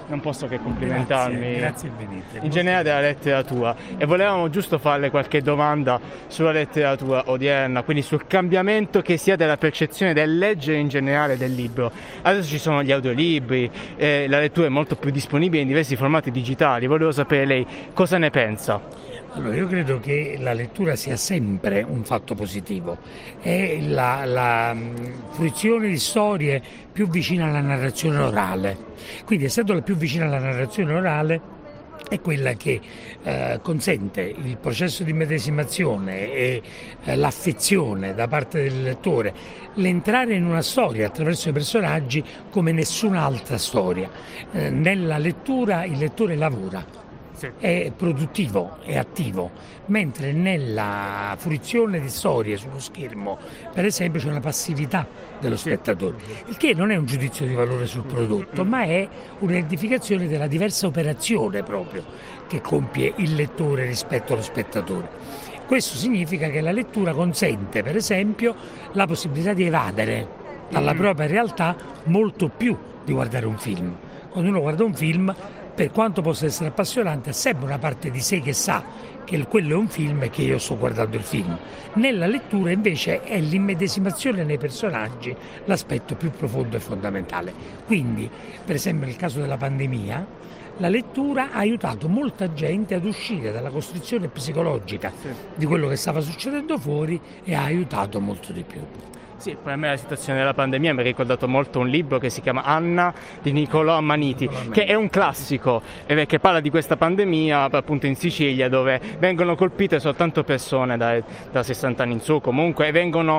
non posso che complimentarmi. Grazie infinite. In generale della letteratura, e volevamo giusto farle qualche domanda sulla letteratura odierna, quindi sul cambiamento che sia della percezione del leggere in generale del libro. Adesso ci sono gli audiolibri, la lettura è molto più disponibile in diversi formati digitali. Volevo sapere lei cosa ne pensa. Allora, io credo che la lettura sia sempre un fatto positivo, è la fruizione di storie più vicina alla narrazione orale, quindi essendo la più vicina alla narrazione orale è quella che consente il processo di medesimazione e l'affezione da parte del lettore, l'entrare in una storia attraverso i personaggi come nessun'altra storia. Nella lettura il lettore lavora. Sì. È produttivo, è attivo, mentre nella fruizione di storie sullo schermo, per esempio, c'è una passività dello spettatore, il che non è un giudizio di valore sul prodotto, ma è un'identificazione della diversa operazione proprio che compie il lettore rispetto allo spettatore. Questo significa che la lettura consente, per esempio, la possibilità di evadere dalla propria realtà molto più di guardare un film. Quando uno guarda un film, per quanto possa essere appassionante, ha sempre una parte di sé che sa che quello è un film e che io sto guardando il film. Nella lettura invece è l'immedesimazione nei personaggi l'aspetto più profondo e fondamentale. Quindi, per esempio nel caso della pandemia, la lettura ha aiutato molta gente ad uscire dalla costrizione psicologica di quello che stava succedendo fuori e ha aiutato molto di più. Sì, per me la situazione della pandemia mi ha ricordato molto un libro che si chiama Anna di Niccolò Ammaniti, che è un classico che parla di questa pandemia appunto in Sicilia, dove vengono colpite soltanto persone da 60 anni in su, comunque, e vengono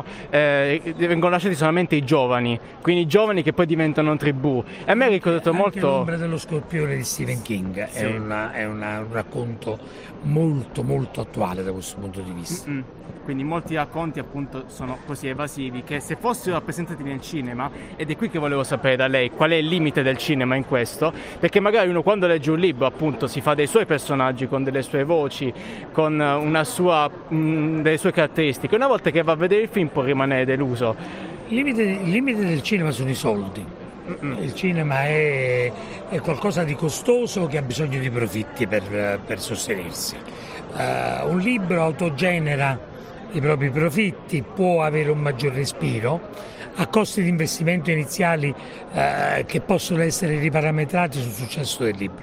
lasciati solamente i giovani, quindi i giovani che poi diventano tribù. E a me ha ricordato Anche molto L'ombra dello scorpione di Stephen King sì. è un racconto molto molto attuale da questo punto di vista. Quindi molti racconti appunto sono così evasivi che se fossero rappresentati nel cinema, ed è qui che volevo sapere da lei qual è il limite del cinema in questo, perché magari uno quando legge un libro appunto si fa dei suoi personaggi con delle sue voci, con delle sue caratteristiche, una volta che va a vedere il film può rimanere deluso. Il limite del cinema sono i soldi. Il cinema è qualcosa di costoso che ha bisogno di profitti per sostenersi. Un libro autogenera i propri profitti, può avere un maggior respiro a costi di investimento iniziali che possono essere riparametrati sul successo del libro.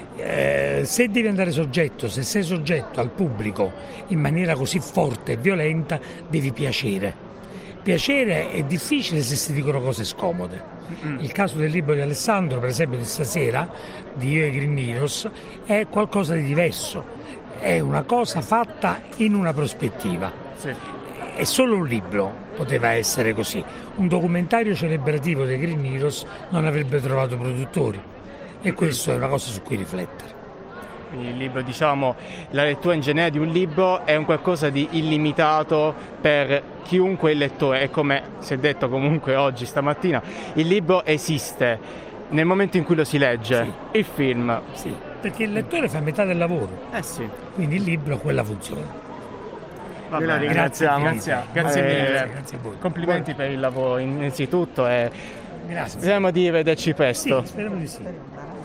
Se devi andare se sei soggetto al pubblico in maniera così forte e violenta, devi piacere. Piacere è difficile se si dicono cose scomode. Il caso del libro di Alessandro, per esempio di stasera, di Io e i Green Heroes, è qualcosa di diverso, è una cosa fatta in una prospettiva. Sì. E solo un libro poteva essere così. Un documentario celebrativo dei Green Heroes non avrebbe trovato produttori, e questo è una cosa su cui riflettere. Il libro, diciamo, la lettura in genere di un libro è un qualcosa di illimitato per chiunque il lettore, e come si è detto comunque oggi, stamattina, il libro esiste nel momento in cui lo si legge. Sì. Il film. Sì, perché il lettore fa metà del lavoro. Sì. Quindi il libro ha quella funzione. Noi la ringraziamo. Grazie mille. Grazie a voi. Complimenti per il lavoro innanzitutto e grazie. speriamo di vederci presto. Sì, speriamo di sì.